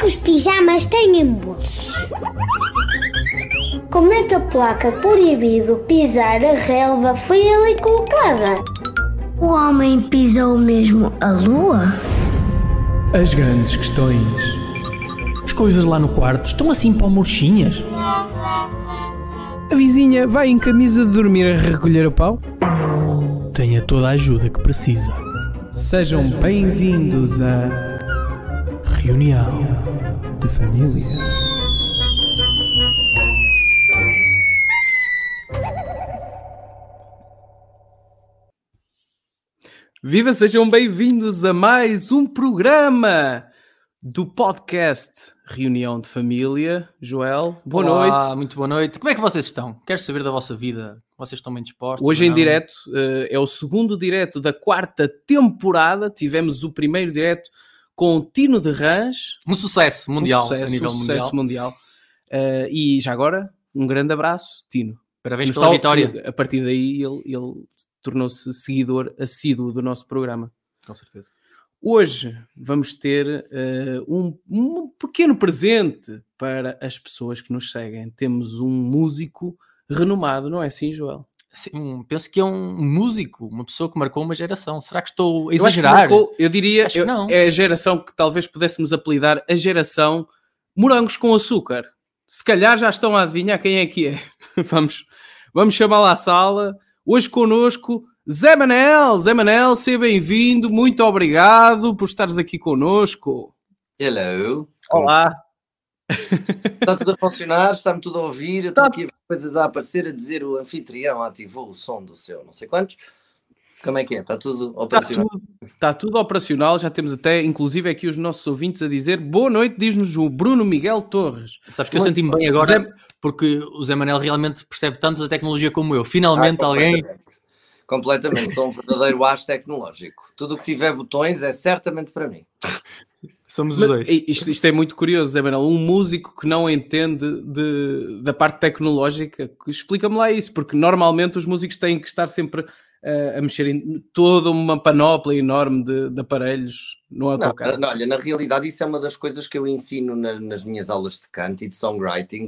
que os pijamas têm bolsos? Como é que a placa proibido pisar a relva foi ali colocada? O homem pisou mesmo a lua? As grandes questões. As coisas lá no quarto estão assim palmurchinhas? A vizinha vai em camisa de dormir a recolher o pau? Tenha toda a ajuda que precisa. Sejam bem-vindos à reunião de família. Viva, sejam bem-vindos a mais um programa do podcast Reunião de Família. Joel, boa noite. Muito boa noite. Como é que vocês estão? Quero saber da vossa vida. Vocês estão bem dispostos? Hoje em direto, é o segundo direto da quarta temporada. Tivemos o primeiro direto com o Tino de Rãs. Um sucesso mundial, a nível mundial. E já agora, um grande abraço, Tino. Parabéns pela vitória. A partir daí ele tornou-se seguidor assíduo do nosso programa. Com certeza. Hoje vamos ter um pequeno presente para as pessoas que nos seguem. Temos um músico renomado, não é assim, Joel? Sim, penso que é um músico, uma pessoa que marcou uma geração. Será que estou a exagerar? Eu diria que não. É a geração que talvez pudéssemos apelidar a geração morangos com açúcar. Se calhar já estão a adivinhar quem é que é. Vamos chamá-la à sala. Hoje connosco, Zé Manel. Zé Manel, seja bem-vindo. Muito obrigado por estares aqui connosco. Hello. Olá. Está tudo a funcionar? Está-me tudo a ouvir? Eu estou aqui a ver coisas a aparecer, a dizer o anfitrião ativou o som do seu não sei quantos. Como é que é? Está tudo operacional? Está tudo operacional. Já temos até, inclusive, aqui os nossos ouvintes a dizer boa noite, diz-nos o Bruno Miguel Torres. Sabes que eu senti-me bem agora, porque o Zé Manel realmente percebe tanto da tecnologia como eu. Finalmente alguém... Completamente. Sou um verdadeiro as tecnológico. Tudo o que tiver botões é certamente para mim. Somos os dois. Isto é muito curioso, Zé Manel. Um músico que não entende da parte tecnológica, explica-me lá isso, porque normalmente os músicos têm que estar sempre a mexer em toda uma panóplia enorme de aparelhos no autocarro. Olha, na realidade isso é uma das coisas que eu ensino nas minhas aulas de canto e de songwriting.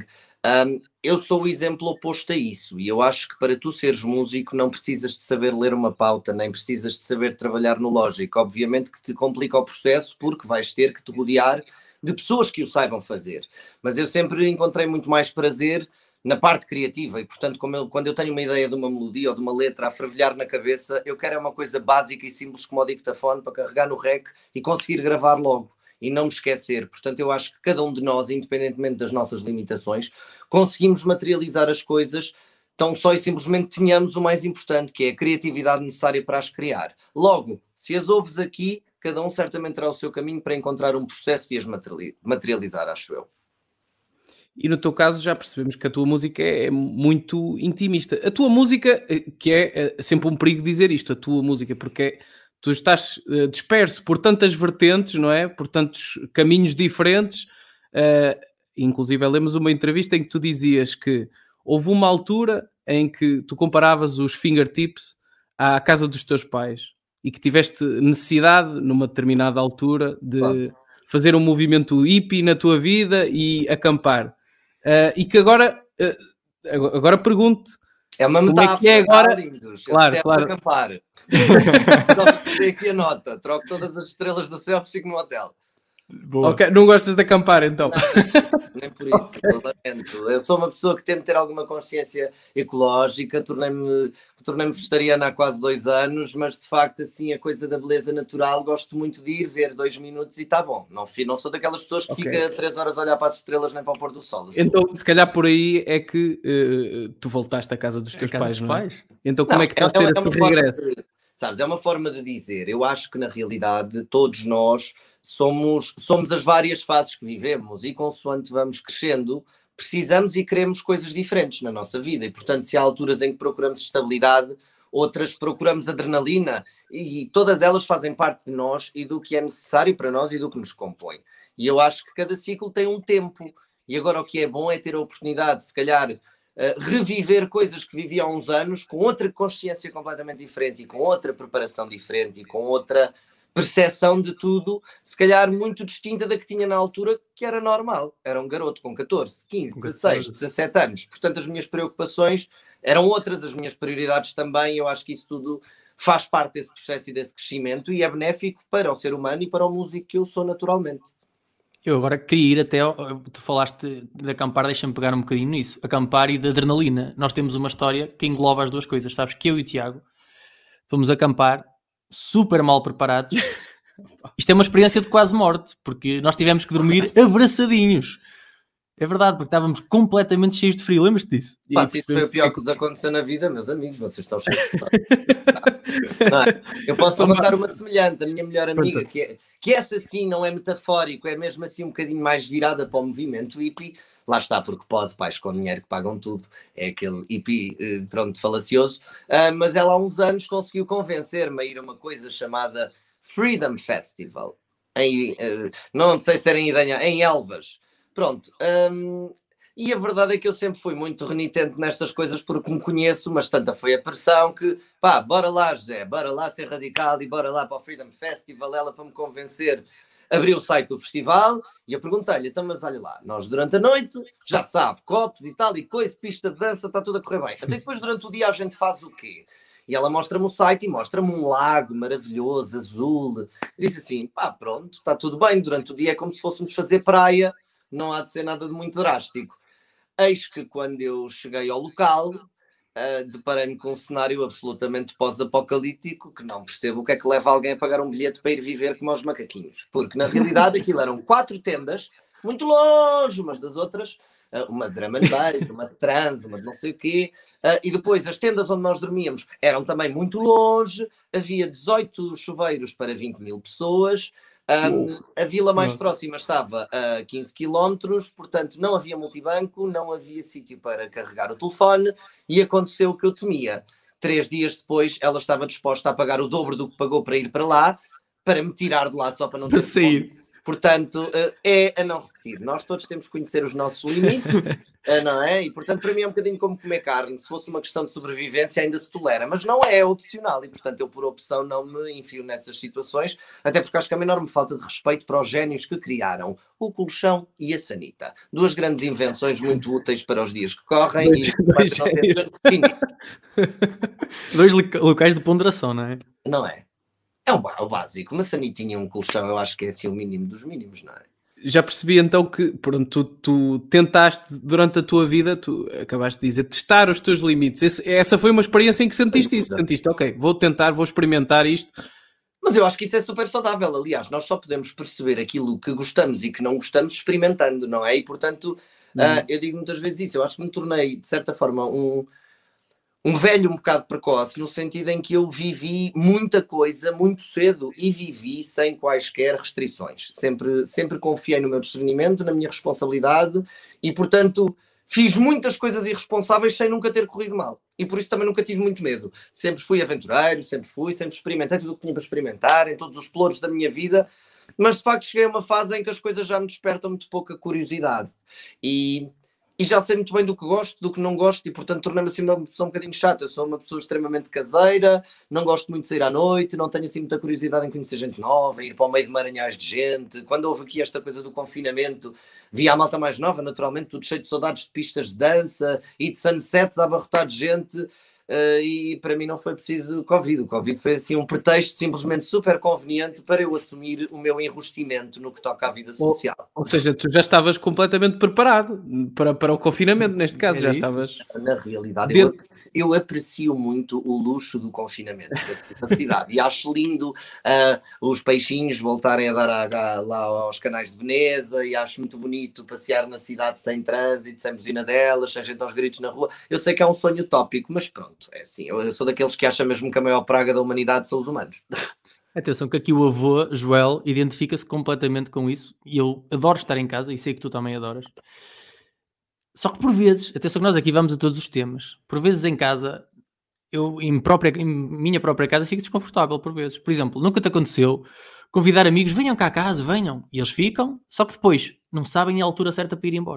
Eu sou o exemplo oposto a isso, e eu acho que para tu seres músico não precisas de saber ler uma pauta, nem precisas de saber trabalhar no Logic. Obviamente que te complica o processo, porque vais ter que te rodear de pessoas que o saibam fazer. Mas eu sempre encontrei muito mais prazer na parte criativa, e portanto quando eu tenho uma ideia de uma melodia ou de uma letra a fervilhar na cabeça, eu quero uma coisa básica e simples como o dictafone para carregar no rec e conseguir gravar logo e não me esquecer. Portanto, eu acho que cada um de nós, independentemente das nossas limitações, conseguimos materializar as coisas, tão só e simplesmente tenhamos o mais importante, que é a criatividade necessária para as criar. Logo, se as ouves aqui, cada um certamente terá o seu caminho para encontrar um processo e as materializar, acho eu. E no teu caso já percebemos que a tua música é muito intimista. A tua música, que é sempre um perigo dizer isto, a tua música, porque tu estás disperso por tantas vertentes, não é? Por tantos caminhos diferentes. Inclusive, lemos uma entrevista em que tu dizias que houve uma altura em que tu comparavas os fingertips à casa dos teus pais e que tiveste necessidade, numa determinada altura, de fazer um movimento hippie na tua vida e acampar. E que agora pergunto... É uma metáfora, que é agora... lindos. Claro. Acampar. Dei aqui a nota. Troco todas as estrelas do céu e fico no hotel. Boa. Ok, não gostas de acampar então? Não, nem por isso, eu lamento. Eu sou uma pessoa que tenta ter alguma consciência ecológica, tornei-me vegetariana há quase 2 anos, mas de facto assim a coisa da beleza natural, gosto muito de ir ver 2 minutos e está bom. Não sou daquelas pessoas que fica 3 horas a olhar para as estrelas nem para o pôr do sol. Então se calhar por aí é que tu voltaste à casa dos teus pais, não é? Então como é que está a ter esse regresso? Sabes, é uma forma de dizer. Eu acho que na realidade todos nós somos as várias fases que vivemos e consoante vamos crescendo, precisamos e queremos coisas diferentes na nossa vida e portanto se há alturas em que procuramos estabilidade, outras procuramos adrenalina e todas elas fazem parte de nós e do que é necessário para nós e do que nos compõe. E eu acho que cada ciclo tem um tempo e agora o que é bom é ter a oportunidade de se calhar reviver coisas que vivi há uns anos com outra consciência completamente diferente e com outra preparação diferente e com outra percepção de tudo, se calhar muito distinta da que tinha na altura, que era normal. Era um garoto com 14, 15, 16, 17 anos. Portanto, as minhas preocupações eram outras, as minhas prioridades também. Eu acho que isso tudo faz parte desse processo e desse crescimento e é benéfico para o ser humano e para o músico que eu sou naturalmente. Eu agora queria ir até, tu falaste de acampar, deixa-me pegar um bocadinho nisso, acampar e de adrenalina. Nós temos uma história que engloba as duas coisas, sabes, que eu e o Tiago fomos acampar super mal preparados. Isto é uma experiência de quase morte, porque nós tivemos que dormir abraçadinhos. É verdade, porque estávamos completamente cheios de frio, lembras-te disso? Isso foi o pior que vos aconteceu na vida, meus amigos, vocês estão cheios de história. Eu posso contar uma semelhante, a minha melhor amiga, que essa sim não é metafórico, é mesmo assim um bocadinho mais virada para o movimento hippie, lá está, porque pode, pais com dinheiro que pagam tudo, é aquele hippie, pronto, falacioso, mas ela há uns anos conseguiu convencer-me a ir a uma coisa chamada Freedom Festival, não sei se era em Elvas. Pronto, e a verdade é que eu sempre fui muito renitente nestas coisas porque me conheço, mas tanta foi a pressão que, pá, bora lá José, bora lá ser radical e bora lá para o Freedom Festival, ela para me convencer abriu o site do festival e eu perguntei-lhe, então mas olha lá, nós durante a noite, já sabe, copos e tal e coisa, pista de dança, está tudo a correr bem, até depois durante o dia a gente faz o quê? E ela mostra-me o site e mostra-me um lago maravilhoso, azul, e disse assim, pá pronto, está tudo bem, durante o dia é como se fôssemos fazer praia, não há de ser nada de muito drástico. Eis que quando eu cheguei ao local, deparei-me com um cenário absolutamente pós-apocalíptico, que não percebo o que é que leva alguém a pagar um bilhete para ir viver como aos macaquinhos. Porque na realidade aquilo eram 4 tendas, muito longe umas das outras, uma de drum and bass, uma de trance, uma de não sei o quê, e depois as tendas onde nós dormíamos eram também muito longe, havia 18 chuveiros para 20 mil pessoas, a vila mais próxima estava a 15 km, portanto não havia multibanco, não havia sítio para carregar o telefone e aconteceu o que eu temia. 3 dias depois ela estava disposta a pagar o dobro do que pagou para ir para lá, para me tirar de lá só para não ter sair. Portanto, é a não repetir. Nós todos temos que conhecer os nossos limites, não é? E, portanto, para mim é um bocadinho como comer carne. Se fosse uma questão de sobrevivência, ainda se tolera. Mas não é opcional. E, portanto, eu, por opção, não me enfio nessas situações. Até porque acho que é uma enorme falta de respeito para os génios que criaram o colchão e a sanita. 2 grandes invenções muito úteis para os dias que correm. Dois locais de ponderação, não é? Não é? É o básico, uma sanitinha e um colchão, eu acho que é assim o mínimo dos mínimos, não é? Já percebi então que pronto, tu tentaste durante a tua vida, tu acabaste de dizer, testar os teus limites. Essa foi uma experiência em que sentiste isso. Sentiste, ok, vou tentar, vou experimentar isto. Mas eu acho que isso é super saudável. Aliás, nós só podemos perceber aquilo que gostamos e que não gostamos experimentando, não é? E portanto, eu digo muitas vezes isso, eu acho que me tornei, de certa forma, um velho um bocado precoce, no sentido em que eu vivi muita coisa muito cedo e vivi sem quaisquer restrições. Sempre confiei no meu discernimento, na minha responsabilidade e, portanto, fiz muitas coisas irresponsáveis sem nunca ter corrido mal. E por isso também nunca tive muito medo. Sempre fui aventureiro, sempre experimentei tudo o que tinha para experimentar, em todos os pelouros da minha vida, mas de facto cheguei a uma fase em que as coisas já me despertam muito pouca curiosidade. E já sei muito bem do que gosto, do que não gosto, e portanto tornei-me assim uma pessoa um bocadinho chata. Eu sou uma pessoa extremamente caseira, não gosto muito de sair à noite, não tenho assim muita curiosidade em conhecer gente nova, ir para o meio de maranhais de gente. Quando houve aqui esta coisa do confinamento, via a malta mais nova, naturalmente, tudo cheio de saudades de pistas de dança e de sunsets a abarrotar de gente. E para mim não foi preciso Covid. O Covid foi assim um pretexto simplesmente super conveniente para eu assumir o meu enrostimento no que toca à vida social. Ou seja, tu já estavas completamente preparado para o confinamento, neste caso, já estavas... Na realidade, eu aprecio muito o luxo do confinamento, da privacidade, e acho lindo os peixinhos voltarem a dar lá aos canais de Veneza, e acho muito bonito passear na cidade sem trânsito, sem buzina delas, sem gente aos gritos na rua. Eu sei que é um sonho utópico, mas pronto. É assim, eu sou daqueles que acham mesmo que a maior praga da humanidade são os humanos. Atenção que aqui o avô, Joel, identifica-se completamente com isso e eu adoro estar em casa e sei que tu também adoras. Só que por vezes, atenção que nós aqui vamos a todos os temas, por vezes em casa, eu em minha própria casa fico desconfortável por vezes. Por exemplo, nunca te aconteceu convidar amigos, venham cá a casa, venham, e eles ficam, só que depois não sabem a altura certa para ir embora.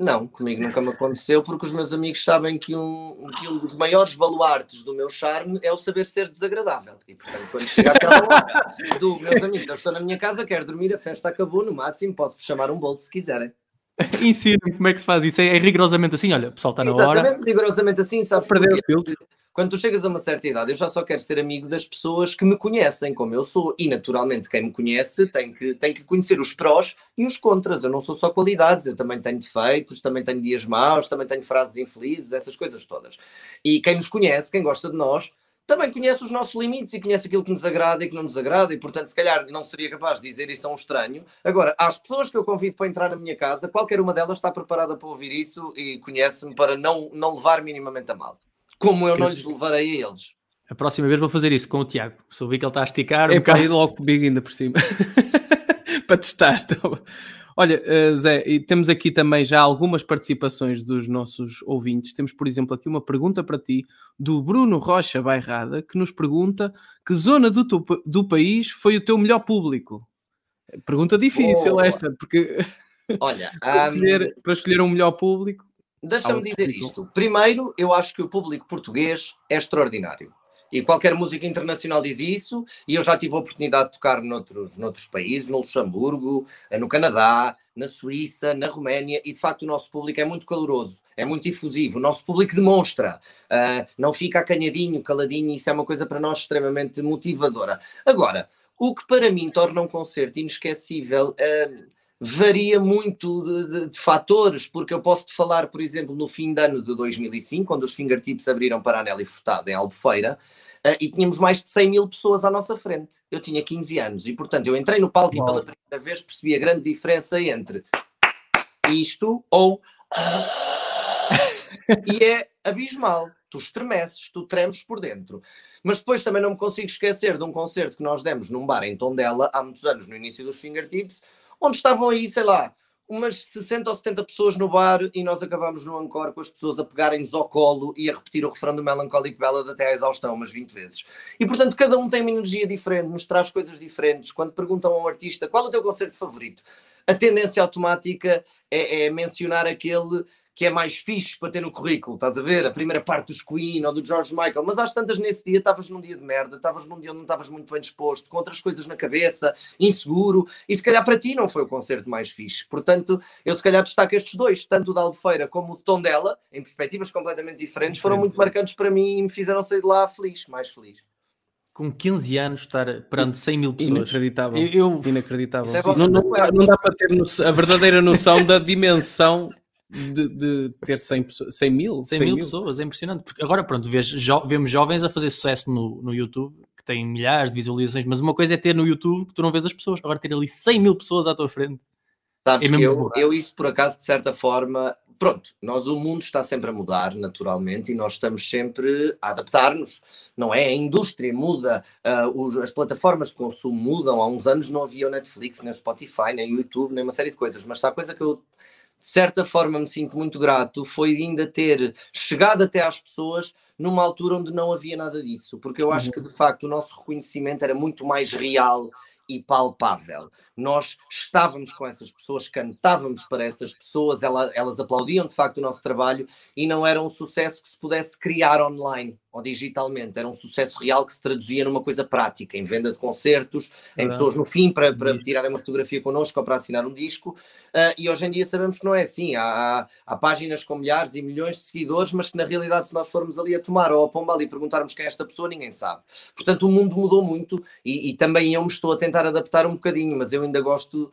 Não, comigo nunca me aconteceu, porque os meus amigos sabem que um dos maiores baluartes do meu charme é o saber ser desagradável. E, portanto, quando chega aquela hora meus amigos, eu estou na minha casa, quero dormir, a festa acabou, no máximo posso chamar um bolo se quiserem. Ensina-me como é que se faz isso. É rigorosamente assim, olha, o pessoal está na hora. Exatamente, rigorosamente assim, sabes? Perder o filtro. Quando tu chegas a uma certa idade, eu já só quero ser amigo das pessoas que me conhecem como eu sou. E, naturalmente, quem me conhece tem que conhecer os prós e os contras. Eu não sou só qualidades, eu também tenho defeitos, também tenho dias maus, também tenho frases infelizes, essas coisas todas. E quem nos conhece, quem gosta de nós, também conhece os nossos limites e conhece aquilo que nos agrada e que não nos agrada. E, portanto, se calhar não seria capaz de dizer isso a um estranho. Agora, às pessoas que eu convido para entrar na minha casa, qualquer uma delas está preparada para ouvir isso e conhece-me para não levar minimamente a mal. Como eu não lhes levarei a eles. A próxima vez vou fazer isso com o Tiago. Se eu vi que ele está a esticar... É para ir logo comigo ainda por cima. Para testar. Olha, Zé, e temos aqui também já algumas participações dos nossos ouvintes. Temos, por exemplo, aqui uma pergunta para ti do Bruno Rocha Bairrada, que nos pergunta que zona do país foi o teu melhor público? Pergunta difícil esta, porque olha, para escolher um melhor público... Deixa-me dizer isto. Primeiro, eu acho que o público português é extraordinário. E qualquer música internacional diz isso, e eu já tive a oportunidade de tocar noutros países, no Luxemburgo, no Canadá, na Suíça, na Roménia, e de facto o nosso público é muito caloroso, é muito efusivo, o nosso público demonstra, não fica acanhadinho, caladinho, e isso é uma coisa para nós extremamente motivadora. Agora, o que para mim torna um concerto inesquecível... varia muito de fatores, porque eu posso-te falar, por exemplo, no fim de ano de 2005, quando os Fingertips abriram para a Nelly Furtado em Albufeira, e tínhamos mais de 100 mil pessoas à nossa frente. Eu tinha 15 anos e, portanto, eu entrei no palco e pela primeira vez percebi a grande diferença entre isto ou... e é abismal. Tu estremeces, tu tremes por dentro. Mas depois também não me consigo esquecer de um concerto que nós demos num bar em Tondela, há muitos anos, no início dos Fingertips, onde estavam aí, sei lá, umas 60 ou 70 pessoas no bar e nós acabámos no encore com as pessoas a pegarem-nos ao colo e a repetir o refrão do Melancholic Ballad até à exaustão, umas 20 vezes. E, portanto, cada um tem uma energia diferente, nos traz coisas diferentes. Quando perguntam a um artista qual é o teu concerto favorito, a tendência automática é mencionar aquele que é mais fixe para ter no currículo, estás a ver? A primeira parte dos Queen ou do George Michael, mas às tantas nesse dia estavas num dia de merda, estavas num dia onde não estavas muito bem disposto, com outras coisas na cabeça, inseguro, e se calhar para ti não foi o concerto mais fixe. Portanto, eu se calhar destaco estes dois, tanto o da Albufeira como o de Tondela, em perspectivas completamente diferentes, foram muito marcantes para mim e me fizeram sair de lá feliz, mais feliz. Com 15 anos estar perante 100 mil pessoas. Inacreditável. Inacreditável. Não dá para ter a verdadeira noção da dimensão de ter 100 mil pessoas, é impressionante. Porque agora, pronto, vemos jovens a fazer sucesso no YouTube, que têm milhares de visualizações, mas uma coisa é ter no YouTube que tu não vês as pessoas, agora ter ali 100 mil pessoas à tua frente. Sabes, eu isso por acaso, de certa forma, pronto, o mundo está sempre a mudar, naturalmente, e nós estamos sempre a adaptar-nos, não é? A indústria muda, as plataformas de consumo mudam. Há uns anos não havia o Netflix, nem o Spotify, nem o YouTube, nem uma série de coisas, mas a coisa que eu, de certa forma, me sinto muito grato foi ainda ter chegado até às pessoas numa altura onde não havia nada disso, porque eu acho que, de facto, o nosso reconhecimento era muito mais real e palpável. Nós estávamos com essas pessoas, cantávamos para essas pessoas, elas aplaudiam de facto o nosso trabalho e não era um sucesso que se pudesse criar online ou digitalmente, era um sucesso real que se traduzia numa coisa prática, em venda de concertos, em pessoas no fim para tirarem uma fotografia connosco ou para assinar um disco, e hoje em dia sabemos que não é assim. Há páginas com milhares e milhões de seguidores, mas que na realidade, se nós formos ali a tomar ou a Pombal e perguntarmos quem é esta pessoa, ninguém sabe. Portanto, o mundo mudou muito e também eu me estou a tentar adaptar um bocadinho, mas eu ainda gosto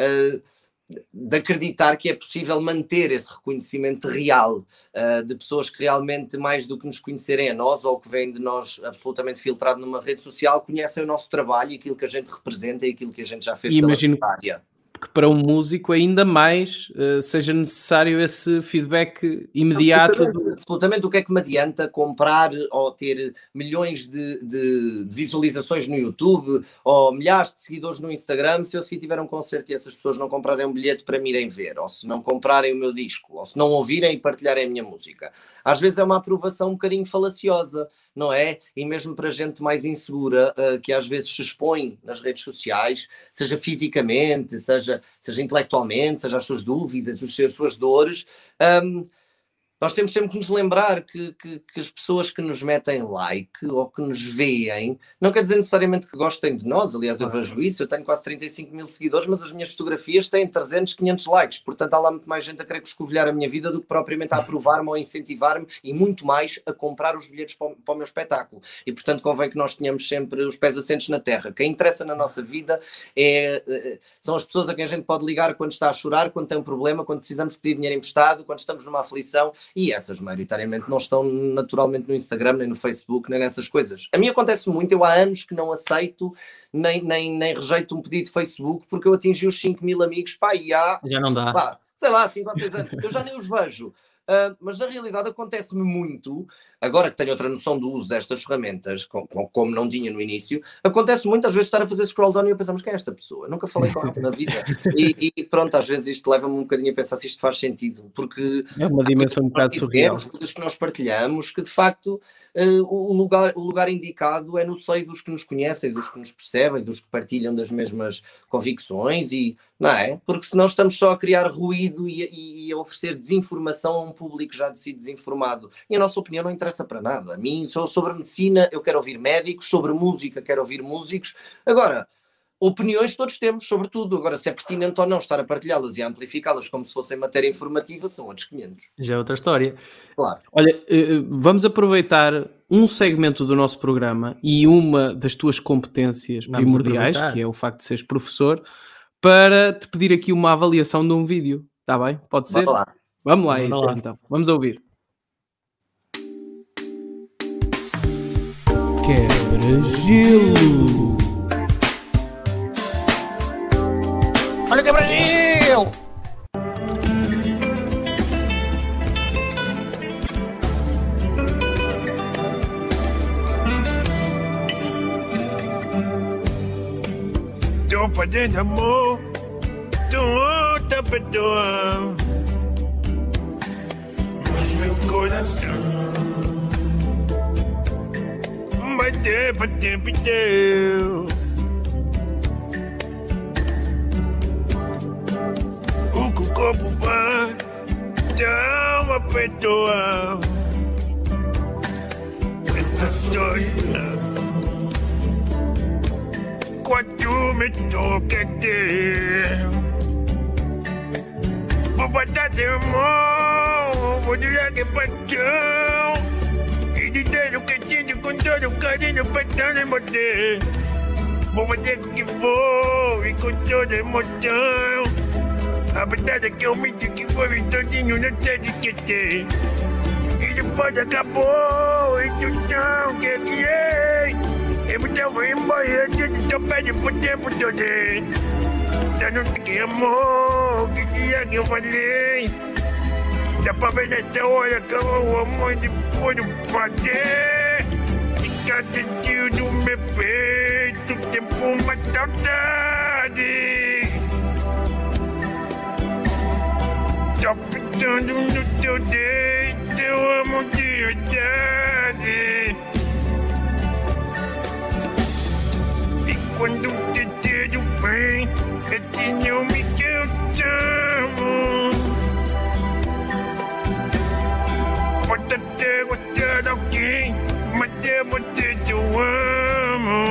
de acreditar que é possível manter esse reconhecimento real de pessoas que realmente, mais do que nos conhecerem a nós ou que vêm de nós absolutamente filtrado numa rede social, conhecem o nosso trabalho e aquilo que a gente representa e aquilo que a gente já fez pela área. Que para um músico ainda mais seja necessário esse feedback imediato. Absolutamente. O que é que me adianta comprar ou ter milhões de visualizações no YouTube ou milhares de seguidores no Instagram se eu se tiver um concerto e essas pessoas não comprarem um bilhete para me irem ver, ou se não comprarem o meu disco, ou se não ouvirem e partilharem a minha música? Às vezes é uma aprovação um bocadinho falaciosa. não é? E mesmo para gente mais insegura, que às vezes se expõe nas redes sociais, seja fisicamente, seja intelectualmente, seja as suas dúvidas, as suas dores, nós temos sempre que nos lembrar que as pessoas que nos metem like ou que nos veem, não quer dizer necessariamente que gostem de nós. Aliás, eu vejo isso, eu tenho quase 35 mil seguidores, mas as minhas fotografias têm 300, 500 likes, portanto há lá muito mais gente a querer escovilhar a minha vida do que propriamente a aprovar-me ou a incentivar-me, e muito mais a comprar os bilhetes para o meu espetáculo. E portanto convém que nós tenhamos sempre os pés assentes na terra. Quem interessa na nossa vida são as pessoas a quem a gente pode ligar quando está a chorar, quando tem um problema, quando precisamos pedir dinheiro emprestado, quando estamos numa aflição. E essas maioritariamente não estão naturalmente no Instagram, nem no Facebook, nem nessas coisas. A mim acontece muito, eu há anos que não aceito nem rejeito um pedido de Facebook, porque eu atingi os 5 mil amigos, e há... Já não dá. Sei lá, 5 ou 6 anos, eu já nem os vejo. Mas na realidade acontece-me muito, agora que tenho outra noção do uso destas ferramentas, como não tinha no início, acontece muito às vezes estar a fazer scroll down e eu pensar, mas quem é esta pessoa? Eu nunca falei com ela na vida. E pronto, às vezes isto leva-me um bocadinho a pensar se isto faz sentido, porque é uma dimensão um bocado surreal. Coisas que nós partilhamos, que de facto o lugar indicado é no seio dos que nos conhecem, dos que nos percebem, dos que partilham das mesmas convicções, e não é? Porque senão estamos só a criar ruído e a oferecer desinformação a um público já de si desinformado. E a nossa opinião não interessa para nada. A mim, sobre a medicina, eu quero ouvir médicos, sobre música, quero ouvir músicos. Agora, opiniões todos temos sobre tudo. Agora, se é pertinente ou não estar a partilhá-las e a amplificá-las como se fossem matéria informativa, são outros 500. Já é outra história. Claro. Olha, vamos aproveitar um segmento do nosso programa e uma das tuas competências primordiais, que é o facto de seres professor, para te pedir aqui uma avaliação de um vídeo. Está bem? Pode ser? Vamos lá, então. Vamos ouvir. Quebra-gelo. Olha o quebra-gelo! Tô fazendo amor, tô perdoando, mas meu coração bateu. O que o corpo vai, tão a perdoar. Essa história quando me toca Deus, vou botar teu mão, vou dizer que paixão, e dizer o que sinto com todo o carinho pensando em você. Vou fazer com que for e com toda emoção. A verdade é que eu menti que foi todinho, não sei de que tem. E depois acabou, e tu não queria. Eu vou embora, eu te pede por tempo todo. Já não tem amor, que dia que eu falei. Dá pra ver nessa hora que o amor depois de fazer. Fica dentro do meu peito, tempo uma saudade. Tô pensando no teu dedo, eu amo de verdade. Quando te desejo bem, é que não me eu te amo. Pode até gostar de alguém, mas é você que eu amo.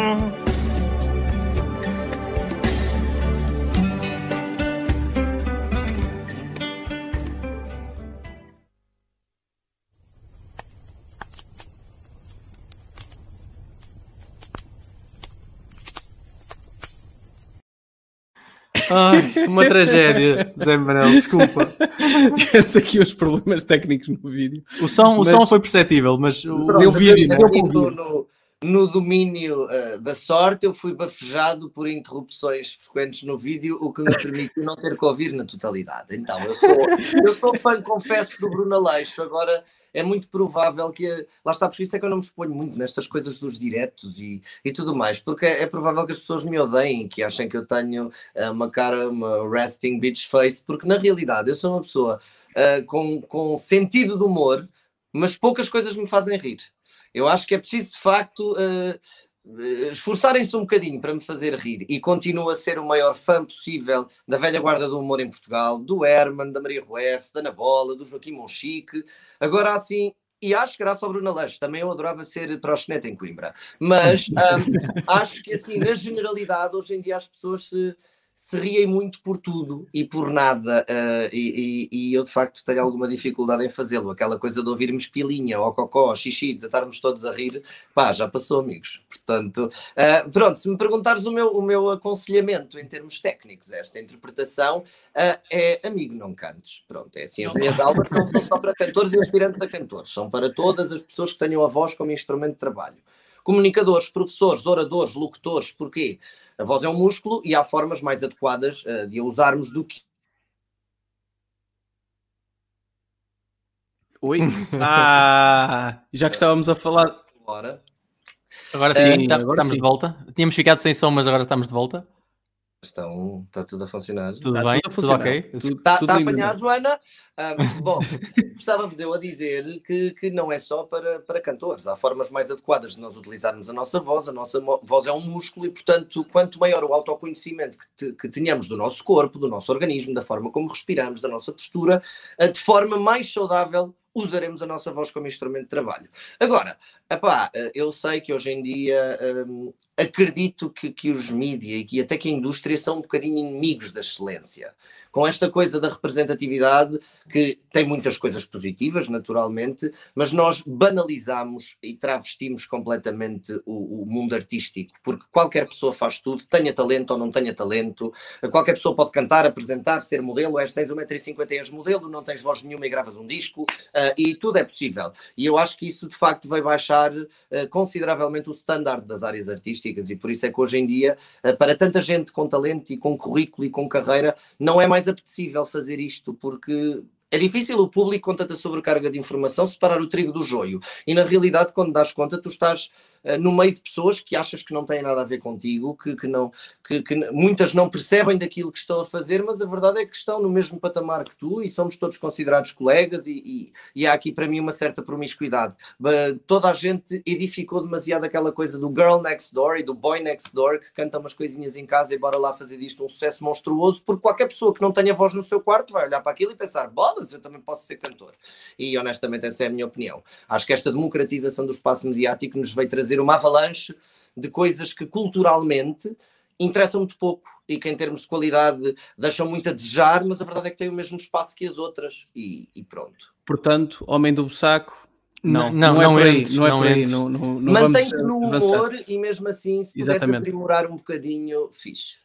Ai, uma tragédia, Zé Manel, desculpa. Tivemos aqui os problemas técnicos no vídeo. O som foi perceptível, mas o vídeo no domínio da sorte, eu fui bafejado por interrupções frequentes no vídeo, o que me permitiu não ter que ouvir na totalidade. Então, eu sou fã, confesso, do Bruno Aleixo. Agora, é muito provável que... Lá está, por isso é que eu não me exponho muito nestas coisas dos diretos e tudo mais, porque é provável que as pessoas me odeiem, que achem que eu tenho uma cara, uma resting bitch face, porque na realidade eu sou uma pessoa com sentido de humor, mas poucas coisas me fazem rir. Eu acho que é preciso, de facto, esforçarem-se um bocadinho para me fazer rir, e continuo a ser o maior fã possível da velha guarda do humor em Portugal, do Herman, da Maria Rueff, da Ana Bola, do Joaquim Monchique. Agora, assim, e acho que graças ao Bruno Aleixo, também eu adorava ser proxeneta em Coimbra, mas acho que, assim, na generalidade, hoje em dia as pessoas se riem muito por tudo e por nada, e eu de facto tenho alguma dificuldade em fazê-lo. Aquela coisa de ouvirmos pilinha, ou cocó, ou xixi, de estarmos todos a rir, pá, já passou, amigos. Portanto, pronto, se me perguntares o meu aconselhamento em termos técnicos, esta interpretação, é, amigo, não cantes. Pronto, é assim, as minhas aulas não são só para cantores e aspirantes a cantores, são para todas as pessoas que tenham a voz como instrumento de trabalho. Comunicadores, professores, oradores, locutores, porquê? A voz é um músculo e há formas mais adequadas de a usarmos do que... Oi? Já que estávamos a falar... Agora sim, estamos de volta. Tínhamos ficado sem som, mas agora estamos de volta. Está tudo a funcionar. Tudo bem? Tudo ok? Está a apanhar, Joana? Bom, estava-vos eu a dizer que não é só para cantores. Há formas mais adequadas de nós utilizarmos a nossa voz. A nossa voz é um músculo e, portanto, quanto maior o autoconhecimento que tenhamos do nosso corpo, do nosso organismo, da forma como respiramos, da nossa postura, de forma mais saudável usaremos a nossa voz como instrumento de trabalho. Agora, eu sei que hoje em dia acredito que os mídia e até que a indústria são um bocadinho inimigos da excelência. Com esta coisa da representatividade, que tem muitas coisas positivas, naturalmente, mas nós banalizamos e travestimos completamente o mundo artístico, porque qualquer pessoa faz tudo, tenha talento ou não tenha talento, qualquer pessoa pode cantar, apresentar, ser modelo, tens 1,50 m e és modelo, não tens voz nenhuma e gravas um disco, e tudo é possível. E eu acho que isso, de facto, vai baixar consideravelmente o standard das áreas artísticas, e por isso é que hoje em dia, para tanta gente com talento e com currículo e com carreira, não é mais apetecível fazer isto, porque é difícil o público, com tanta sobrecarga de informação, separar o trigo do joio. E na realidade, quando dás conta, tu estás no meio de pessoas que achas que não têm nada a ver contigo, que muitas não percebem daquilo que estão a fazer, mas a verdade é que estão no mesmo patamar que tu e somos todos considerados colegas, e há aqui para mim uma certa promiscuidade. Toda a gente edificou demasiado aquela coisa do girl next door e do boy next door, que canta umas coisinhas em casa e bora lá fazer disto um sucesso monstruoso, porque qualquer pessoa que não tenha voz no seu quarto vai olhar para aquilo e pensar, bolas, eu também posso ser cantor. E honestamente essa é a minha opinião. Acho que esta democratização do espaço mediático nos veio trazer uma avalanche de coisas que culturalmente interessam muito pouco e que em termos de qualidade deixam muito a desejar, mas a verdade é que têm o mesmo espaço que as outras, e pronto. Portanto, Homem do Bussaco, não é por aí. Mantém-te no humor e mesmo assim, se pudesse aprimorar um bocadinho, fixe.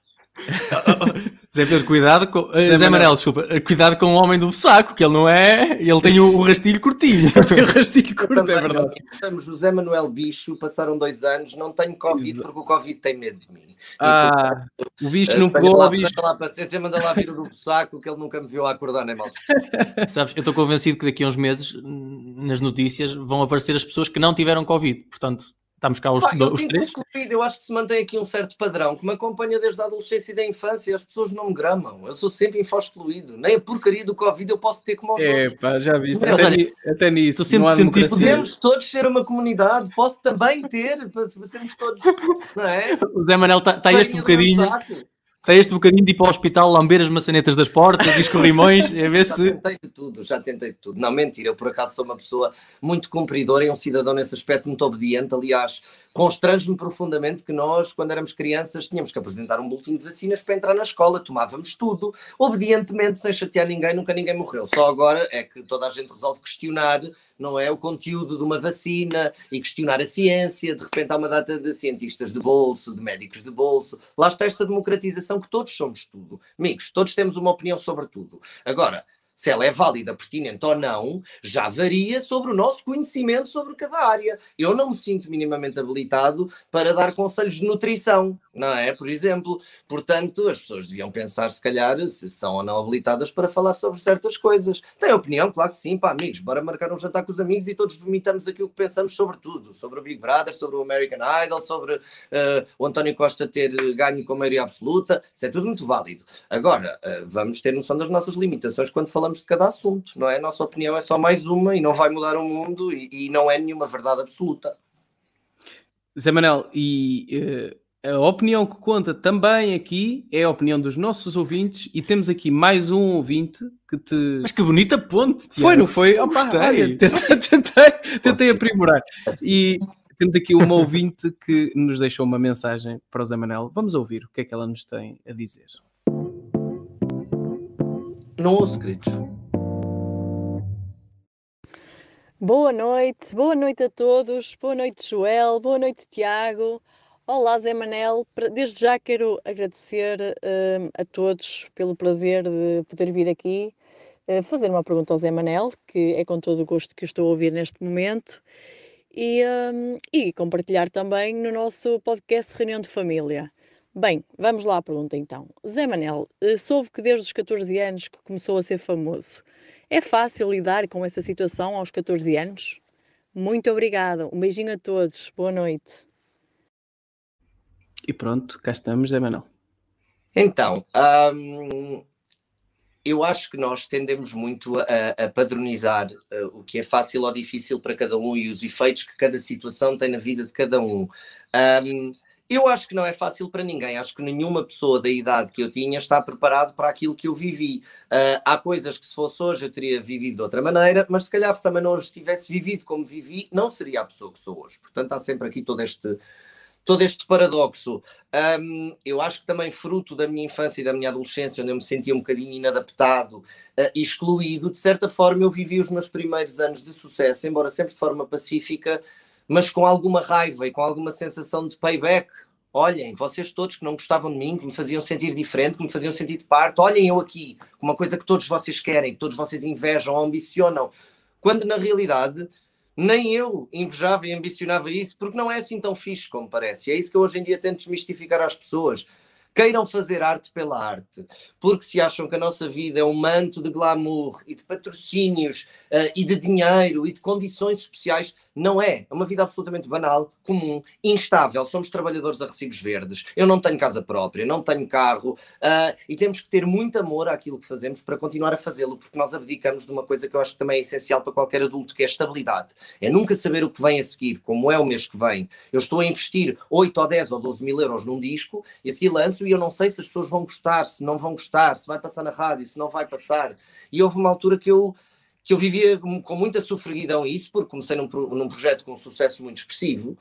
Zé Pedro, cuidado com... Zé Manel, desculpa. Cuidado com o Homem do Saco, que ele não é... Ele tem o rastilho curtinho. Tem o rastilho curto, é verdade. Estamos José Manuel Bicho, passaram 2 anos, não tenho Covid porque o Covid tem medo de mim. O bicho não pegou ao bicho. Manda lá paciência, manda lá vir o do saco, que ele nunca me viu a acordar nem mal. Sabes, eu estou convencido que daqui a uns meses, nas notícias, vão aparecer as pessoas que não tiveram Covid. Portanto... Estamos cá os três. Eu acho que se mantém aqui um certo padrão que me acompanha desde a adolescência e da infância. As pessoas não me gramam. Eu sou sempre infoscluído. Nem a porcaria do Covid eu posso ter como aos outros. Pá, já viste. Até nisso. Tu sempre sentiste... Podemos todos ser uma comunidade. Posso também ter. Para sermos todos... Não é? O Zé Manel está este bocadinho... Está este bocadinho de ir para o hospital, lamber as maçanetas das portas e os corrimões, a ver se... Já tentei de tudo. Não, mentira, eu por acaso sou uma pessoa muito cumpridora e um cidadão nesse aspecto muito obediente. Aliás, constrange-me profundamente que nós, quando éramos crianças, tínhamos que apresentar um boletim de vacinas para entrar na escola, tomávamos tudo, obedientemente, sem chatear ninguém, nunca ninguém morreu. Só agora é que toda a gente resolve questionar, não é, o conteúdo de uma vacina e questionar a ciência. De repente há uma data de cientistas de bolso, de médicos de bolso. Lá está esta democratização que todos somos tudo. Amigos, todos temos uma opinião sobre tudo. Agora, se ela é válida, pertinente ou não, já varia sobre o nosso conhecimento sobre cada área. Eu não me sinto minimamente habilitado para dar conselhos de nutrição, não é? Por exemplo, portanto, as pessoas deviam pensar, se calhar, se são ou não habilitadas para falar sobre certas coisas. Tem opinião? Claro que sim, pá, amigos, bora marcar um jantar com os amigos e todos vomitamos aquilo que pensamos sobre tudo, sobre o Big Brother, sobre o American Idol, sobre o António Costa ter ganho com maioria absoluta. Isso é tudo muito válido. Agora, vamos ter noção das nossas limitações quando falamos de cada assunto, não é? A nossa opinião é só mais uma e não vai mudar o mundo e não é nenhuma verdade absoluta. Zé Manel, e a opinião que conta também aqui é a opinião dos nossos ouvintes, e temos aqui mais um ouvinte que te... Mas que bonita ponte, Tiago. Foi, não foi? Opa, Gostei. olha, tentei aprimorar. E temos aqui uma ouvinte que nos deixou uma mensagem para o Zé Manel. Vamos ouvir o que é que ela nos tem a dizer. Não ouço, queridos. Boa noite a todos, boa noite Joel, boa noite Tiago, olá Zé Manel, desde já quero agradecer a todos pelo prazer de poder vir aqui fazer uma pergunta ao Zé Manel, que é com todo o gosto que eu estou a ouvir neste momento, e compartilhar também no nosso podcast Reunião de Família. Bem, vamos lá à pergunta então. Zé Manel, soube que desde os 14 anos que começou a ser famoso. É fácil lidar com essa situação aos 14 anos? Muito obrigada. Um beijinho a todos. Boa noite. E pronto, cá estamos, Zé Manel. Então, eu acho que nós tendemos muito a padronizar o que é fácil ou difícil para cada um e os efeitos que cada situação tem na vida de cada um. Eu acho que não é fácil para ninguém. Acho que nenhuma pessoa da idade que eu tinha está preparado para aquilo que eu vivi. Há coisas que se fosse hoje eu teria vivido de outra maneira, mas se calhar se também não hoje tivesse vivido como vivi, não seria a pessoa que sou hoje. Portanto, há sempre aqui todo este paradoxo. Eu acho que também fruto da minha infância e da minha adolescência, onde eu me sentia um bocadinho inadaptado, excluído, de certa forma eu vivi os meus primeiros anos de sucesso, embora sempre de forma pacífica, mas com alguma raiva e com alguma sensação de payback. Olhem, vocês todos que não gostavam de mim, que me faziam sentir diferente, que me faziam sentir de parte, olhem eu aqui, uma coisa que todos vocês querem, que todos vocês invejam, ambicionam, quando na realidade nem eu invejava e ambicionava isso, porque não é assim tão fixe como parece. E é isso que eu hoje em dia tento desmistificar às pessoas. Queiram fazer arte pela arte, porque se acham que a nossa vida é um manto de glamour e de patrocínios e de dinheiro e de condições especiais, não é. É uma vida absolutamente banal, comum, instável. Somos trabalhadores a recibos verdes. Eu não tenho casa própria, não tenho carro e temos que ter muito amor àquilo que fazemos para continuar a fazê-lo, porque nós abdicamos de uma coisa que eu acho que também é essencial para qualquer adulto, que é a estabilidade. É nunca saber o que vem a seguir, como é o mês que vem. Eu estou a investir 8 ou 10 ou 12 mil euros num disco e a seguir lanço e eu não sei se as pessoas vão gostar, se não vão gostar, se vai passar na rádio, se não vai passar. E houve uma altura que eu vivia com muita sofreguidão isso, porque comecei num projeto com um sucesso muito expressivo,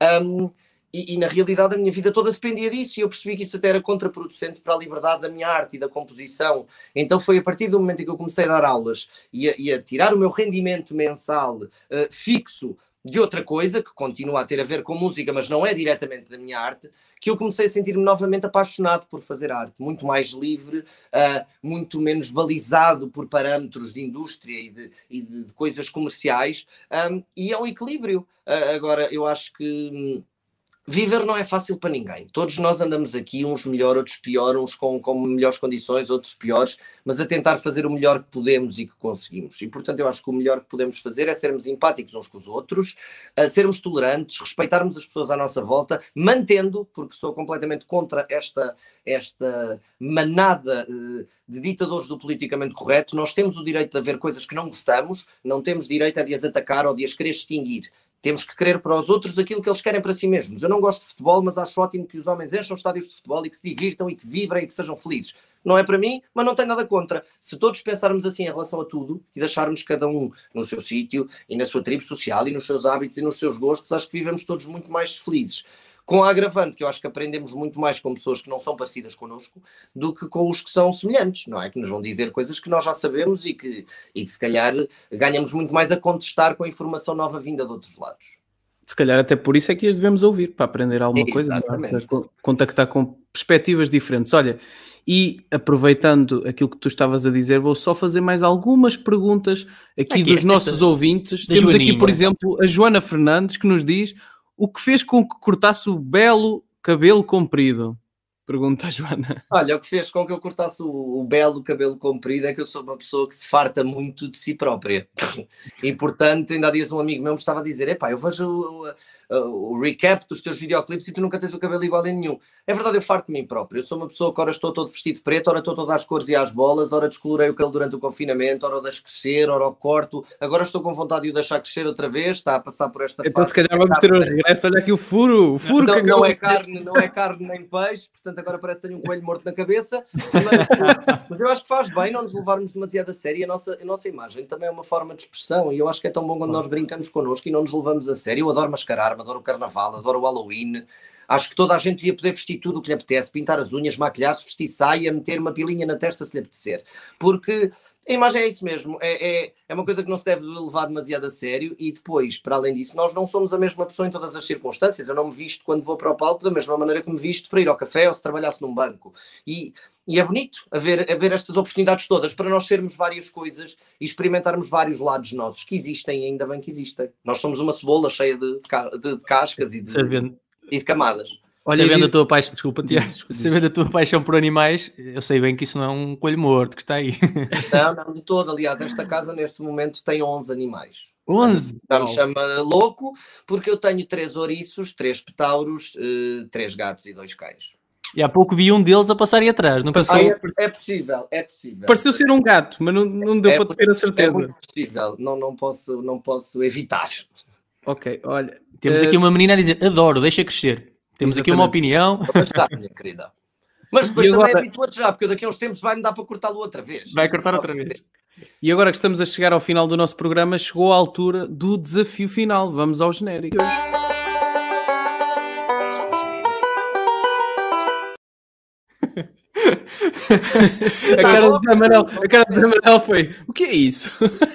e na realidade a minha vida toda dependia disso, e eu percebi que isso até era contraproducente para a liberdade da minha arte e da composição. Então foi a partir do momento em que eu comecei a dar aulas e a tirar o meu rendimento mensal fixo de outra coisa, que continua a ter a ver com música, mas não é diretamente da minha arte, que eu comecei a sentir-me novamente apaixonado por fazer arte, muito mais livre, muito menos balizado por parâmetros de indústria e de coisas comerciais, e é um equilíbrio. Agora, eu acho que viver não é fácil para ninguém. Todos nós andamos aqui, uns melhor, outros pior, uns com melhores condições, outros piores, mas a tentar fazer o melhor que podemos e que conseguimos. E, portanto, eu acho que o melhor que podemos fazer é sermos empáticos uns com os outros, sermos tolerantes, respeitarmos as pessoas à nossa volta, mantendo, porque sou completamente contra esta manada de ditadores do politicamente correto. Nós temos o direito de haver coisas que não gostamos, não temos direito a de as atacar ou de as querer extinguir. Temos que querer para os outros aquilo que eles querem para si mesmos. Eu não gosto de futebol, mas acho ótimo que os homens encham estádios de futebol e que se divirtam e que vibrem e que sejam felizes. Não é para mim, mas não tenho nada contra. Se todos pensarmos assim em relação a tudo e deixarmos cada um no seu sítio e na sua tribo social e nos seus hábitos e nos seus gostos, acho que vivemos todos muito mais felizes. Com a agravante que eu acho que aprendemos muito mais com pessoas que não são parecidas connosco do que com os que são semelhantes, não é? Que nos vão dizer coisas que nós já sabemos e que se calhar ganhamos muito mais a contestar com a informação nova vinda de outros lados. Se calhar até por isso é que as devemos ouvir, para aprender alguma coisa, contactar com perspectivas diferentes. Olha, e aproveitando aquilo que tu estavas a dizer, vou só fazer mais algumas perguntas aqui dos nossos ouvintes. Temos Joaninha. aqui, por exemplo, a Joana Fernandes, que nos diz: o que fez com que cortasse o belo cabelo comprido? Pergunta a Joana. Olha, o que fez com que eu cortasse o belo cabelo comprido é que eu sou uma pessoa que se farta muito de si própria. E, portanto, ainda há dias um amigo meu me estava a dizer: epá, eu vejo o recap dos teus videoclipes e tu nunca tens o cabelo igual em nenhum. É verdade, eu farto de mim próprio. Eu sou uma pessoa que ora estou todo vestido de preto, ora estou todo às cores e às bolas, ora descolorei o cabelo durante o confinamento, ora o deixo crescer, ora o corto. Agora estou com vontade de o deixar crescer outra vez, está a passar por esta fase. Então se calhar vamos ter hoje regresso. Olha aqui o furo não é carne nem peixe, portanto agora parece que tenho um coelho morto na cabeça. Mas eu acho que faz bem não nos levarmos demasiado a sério. A nossa imagem também é uma forma de expressão e eu acho que é tão bom quando nós brincamos connosco e não nos levamos a sério. Eu adoro mascarar-me, adoro o carnaval, adoro o Halloween. Acho que toda a gente devia poder vestir tudo o que lhe apetece, pintar as unhas, maquilhar-se, vestir saia, meter uma pilinha na testa se lhe apetecer. Porque a imagem é isso mesmo, é uma coisa que não se deve levar demasiado a sério e depois, para além disso, nós não somos a mesma pessoa em todas as circunstâncias. Eu não me visto quando vou para o palco da mesma maneira que me visto para ir ao café ou se trabalhasse num banco. E é bonito haver estas oportunidades todas para nós sermos várias coisas e experimentarmos vários lados nossos que existem e ainda bem que existem. Nós somos uma cebola cheia de cascas e de camadas. Olha, sabendo a tua paixão, desculpa, sabendo a tua paixão por animais, eu sei bem que isso não é um coelho morto que está aí. Não, de todo. Aliás, esta casa neste momento tem 11 animais. 11? Já me chama louco, porque eu tenho 3 ouriços, 3 petauros, 3 gatos e 2 cães. E há pouco vi um deles a passar aí atrás, não passou? É possível. Pareceu ser um gato, mas não deu para ter a certeza. É muito possível, não posso evitar. Ok, olha. Temos aqui uma menina a dizer, adoro, deixa crescer. Temos aqui uma opinião. Mas já, minha querida. Mas depois também habitua-te já, porque daqui a uns tempos vai-me dar para cortá-lo outra vez. Vai cortar outra vez. E agora que estamos a chegar ao final do nosso programa, chegou a altura do desafio final. Vamos ao genérico. A cara de Amarelo foi: o que é isso?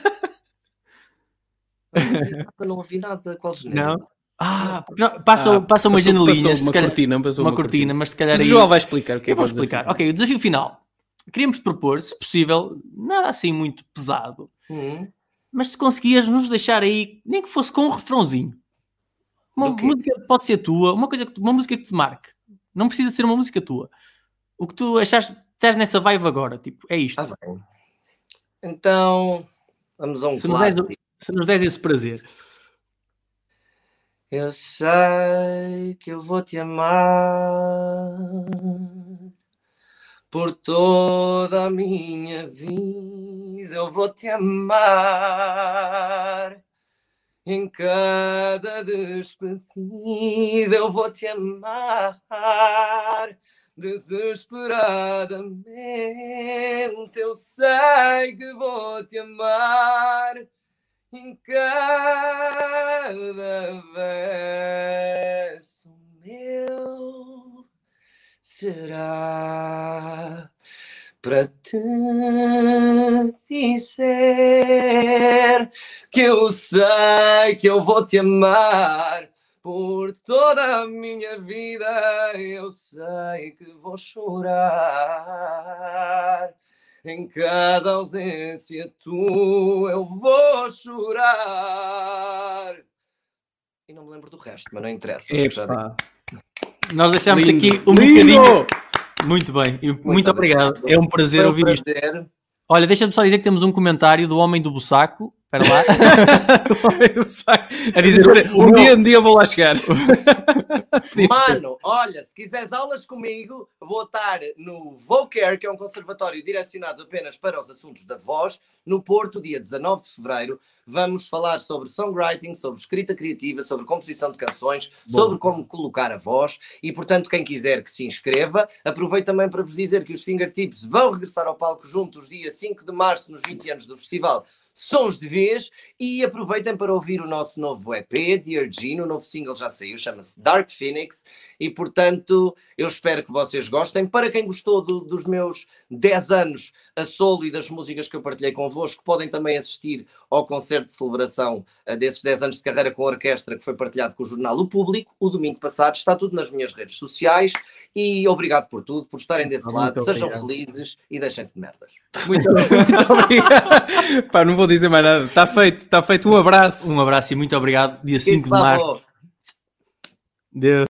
Não ouvi nada. Qual genérico? Não. Passa umas janelinhas. Uma cortina, mas se calhar aí... O João vai explicar o que é que vou explicar. Ok, o desafio final. Queríamos propor, se possível, nada assim muito pesado, mas se conseguias nos deixar aí, nem que fosse com um refrãozinho. Uma música pode ser tua, uma música que te marque. Não precisa ser uma música tua. O que tu achaste, estás nessa vibe agora, tipo, é isto. Bem. Então, vamos a um clássico. Se nos des esse prazer. Eu sei que eu vou te amar por toda a minha vida. Eu vou te amar em cada despedida. Eu vou te amar desesperadamente. Eu sei que vou te amar em cada verso meu será para te dizer que eu sei que eu vou te amar por toda a minha vida. Eu sei que vou chorar em cada ausência tua, eu vou chorar. E não me lembro do resto, mas não interessa. Nós deixámos aqui um bocadinho. Muito bem, muito obrigado. É um prazer ouvir isto. Olha, deixa-me só dizer que temos um comentário do Homem do Bussaco. Espera lá. O Homem do Bussaco. A dizer, um dia vou lá chegar. Mano, olha, se quiseres aulas comigo, vou estar no Vocare, que é um conservatório direcionado apenas para os assuntos da voz, no Porto, dia 19 de fevereiro. Vamos falar sobre songwriting, sobre escrita criativa, sobre composição de canções, sobre como colocar a voz e, portanto, quem quiser que se inscreva, aproveito também para vos dizer que os Fingertips vão regressar ao palco juntos dia 5 de março, nos 20 anos do festival Sons de Vez, e aproveitem para ouvir o nosso novo EP, Dear Gene. O novo single já saiu, chama-se Dark Phoenix, e portanto eu espero que vocês gostem. Para quem gostou dos meus 10 anos a solo e das músicas que eu partilhei convosco, podem também assistir ao concerto de celebração desses 10 anos de carreira com a orquestra, que foi partilhado com o jornal O Público, o domingo passado. Está tudo nas minhas redes sociais, e obrigado por tudo, por estarem desse lado. Sejam felizes e deixem-se de merdas. Muito obrigado. Pá, não vou dizer mais nada. Está feito. Um abraço. Um abraço e muito obrigado. Dia 5 de março. Deus.